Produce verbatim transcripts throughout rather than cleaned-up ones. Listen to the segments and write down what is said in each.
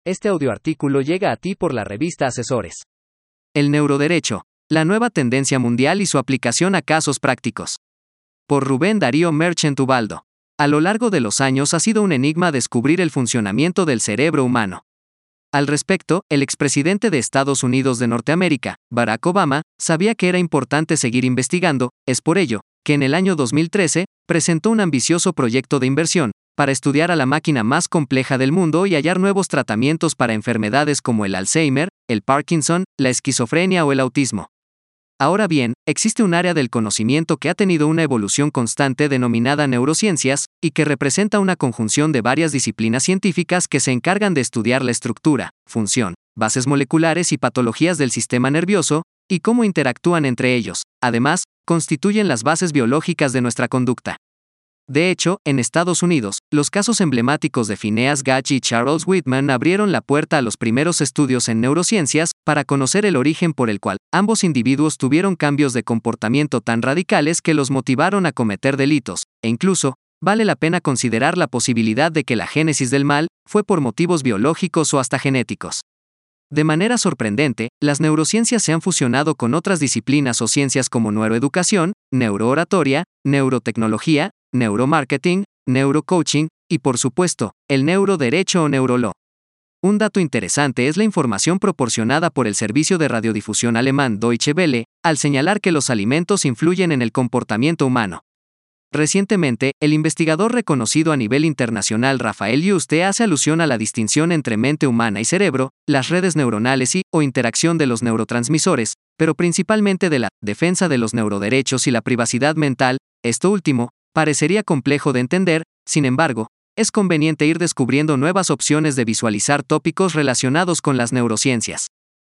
Este audioartículo llega a ti por la revista Asesores. El neuroderecho, la nueva tendencia mundial y su aplicación a casos prácticos. Por Rubén Darío Merchant Ubaldo. A lo largo de los años ha sido un enigma descubrir el funcionamiento del cerebro humano. Al respecto, el expresidente de Estados Unidos de Norteamérica, Barack Obama, sabía que era importante seguir investigando. Es por ello que en el año dos mil trece, presentó un ambicioso proyecto de inversión para estudiar a la máquina más compleja del mundo y hallar nuevos tratamientos para enfermedades como el Alzheimer, el Parkinson, la esquizofrenia o el autismo. Ahora bien, existe un área del conocimiento que ha tenido una evolución constante denominada neurociencias, y que representa una conjunción de varias disciplinas científicas que se encargan de estudiar la estructura, función, bases moleculares y patologías del sistema nervioso, y cómo interactúan entre ellos. Además, constituyen las bases biológicas de nuestra conducta. De hecho, en Estados Unidos, los casos emblemáticos de Phineas Gage y Charles Whitman abrieron la puerta a los primeros estudios en neurociencias para conocer el origen por el cual ambos individuos tuvieron cambios de comportamiento tan radicales que los motivaron a cometer delitos, e incluso, vale la pena considerar la posibilidad de que la génesis del mal fue por motivos biológicos o hasta genéticos. De manera sorprendente, las neurociencias se han fusionado con otras disciplinas o ciencias como neuroeducación, neurooratoria, neurotecnología, neuromarketing, neurocoaching, y por supuesto, el neuroderecho o neurolaw. Un dato interesante es la información proporcionada por el servicio de radiodifusión alemán Deutsche Welle, al señalar que los alimentos influyen en el comportamiento humano. Recientemente, el investigador reconocido a nivel internacional Rafael Yuste hace alusión a la distinción entre mente humana y cerebro, las redes neuronales y, o interacción de los neurotransmisores, pero principalmente de la defensa de los neuroderechos y la privacidad mental. Esto último parecería complejo de entender. Sin embargo, es conveniente ir descubriendo nuevas opciones de visualizar tópicos relacionados con las neurociencias.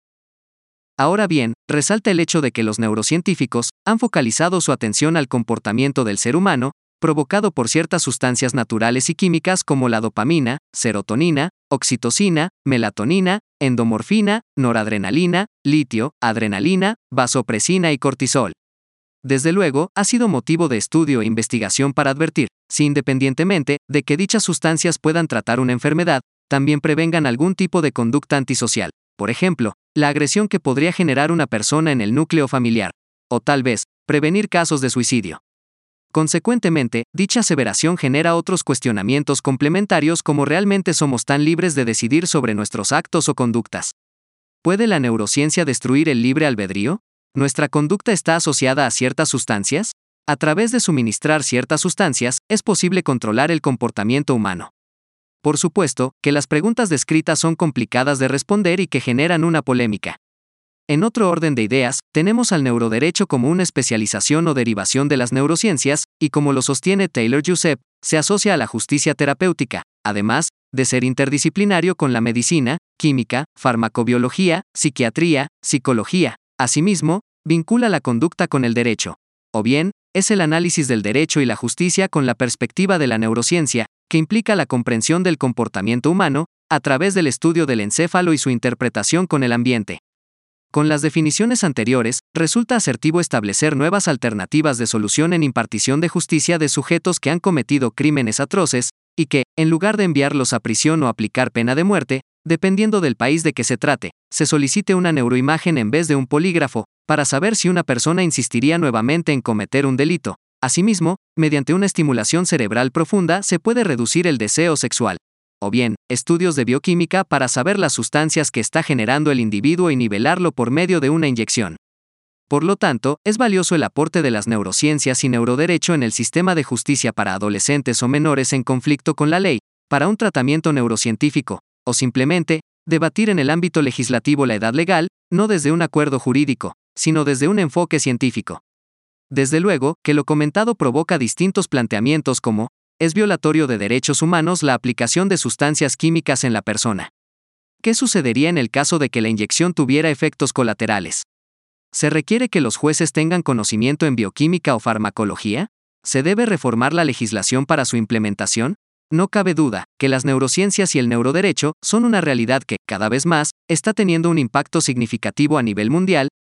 Ahora bien, resalta el hecho de que los neurocientíficos han focalizado su atención al comportamiento del ser humano, provocado por ciertas sustancias naturales y químicas como la dopamina, serotonina, oxitocina, melatonina, endomorfina, noradrenalina, litio, adrenalina, vasopresina y cortisol. Desde luego, ha sido motivo de estudio e investigación para advertir, si independientemente de que dichas sustancias puedan tratar una enfermedad, también prevengan algún tipo de conducta antisocial, por ejemplo, la agresión que podría generar una persona en el núcleo familiar, o tal vez, prevenir casos de suicidio. Consecuentemente, dicha aseveración genera otros cuestionamientos complementarios como realmente somos tan libres de decidir sobre nuestros actos o conductas. ¿Puede la neurociencia destruir el libre albedrío? ¿Nuestra conducta está asociada a ciertas sustancias? A través de suministrar ciertas sustancias, es posible controlar el comportamiento humano. Por supuesto, que las preguntas descritas son complicadas de responder y que generan una polémica. En otro orden de ideas, tenemos al neuroderecho como una especialización o derivación de las neurociencias, y como lo sostiene Taylor Joseph, se asocia a la justicia terapéutica, además de ser interdisciplinario con la medicina, química, farmacobiología, psiquiatría, psicología. Asimismo, vincula la conducta con el derecho. O bien, es el análisis del derecho y la justicia con la perspectiva de la neurociencia, que implica la comprensión del comportamiento humano, a través del estudio del encéfalo y su interpretación con el ambiente. Con las definiciones anteriores, resulta asertivo establecer nuevas alternativas de solución en impartición de justicia de sujetos que han cometido crímenes atroces, y que, en lugar de enviarlos a prisión o aplicar pena de muerte, dependiendo del país de que se trate, se solicite una neuroimagen en vez de un polígrafo, para saber si una persona insistiría nuevamente en cometer un delito. Asimismo, mediante una estimulación cerebral profunda se puede reducir el deseo sexual. O bien, estudios de bioquímica para saber las sustancias que está generando el individuo y nivelarlo por medio de una inyección. Por lo tanto, es valioso el aporte de las neurociencias y neuroderecho en el sistema de justicia para adolescentes o menores en conflicto con la ley, para un tratamiento neurocientífico, o simplemente, debatir en el ámbito legislativo la edad legal, no desde un acuerdo jurídico, sino desde un enfoque científico. Desde luego, que lo comentado provoca distintos planteamientos como, ¿es violatorio de derechos humanos la aplicación de sustancias químicas en la persona? ¿Qué sucedería en el caso de que la inyección tuviera efectos colaterales? ¿Se requiere que los jueces tengan conocimiento en bioquímica o farmacología? ¿Se debe reformar la legislación para su implementación? No cabe duda que las neurociencias y el neuroderecho son una realidad que, cada vez más, está teniendo un impacto significativo a nivel mundial, y que,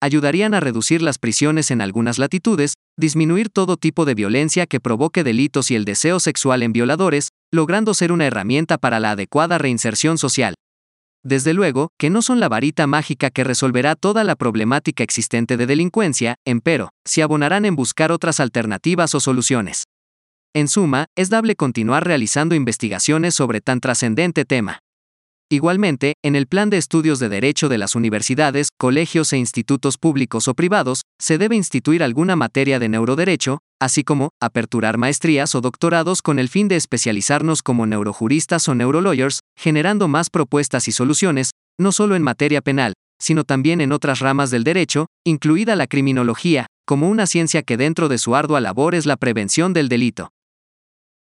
ayudarían a reducir las prisiones en algunas latitudes, disminuir todo tipo de violencia que provoque delitos y el deseo sexual en violadores, logrando ser una herramienta para la adecuada reinserción social. Desde luego, que no son la varita mágica que resolverá toda la problemática existente de delincuencia, empero, se abonarán en buscar otras alternativas o soluciones. En suma, es dable continuar realizando investigaciones sobre tan trascendente tema. Igualmente, en el plan de estudios de derecho de las universidades, colegios e institutos públicos o privados, se debe instituir alguna materia de neuroderecho, así como, aperturar maestrías o doctorados con el fin de especializarnos como neurojuristas o neurolawyers, generando más propuestas y soluciones, no solo en materia penal, sino también en otras ramas del derecho, incluida la criminología, como una ciencia que dentro de su ardua labor es la prevención del delito.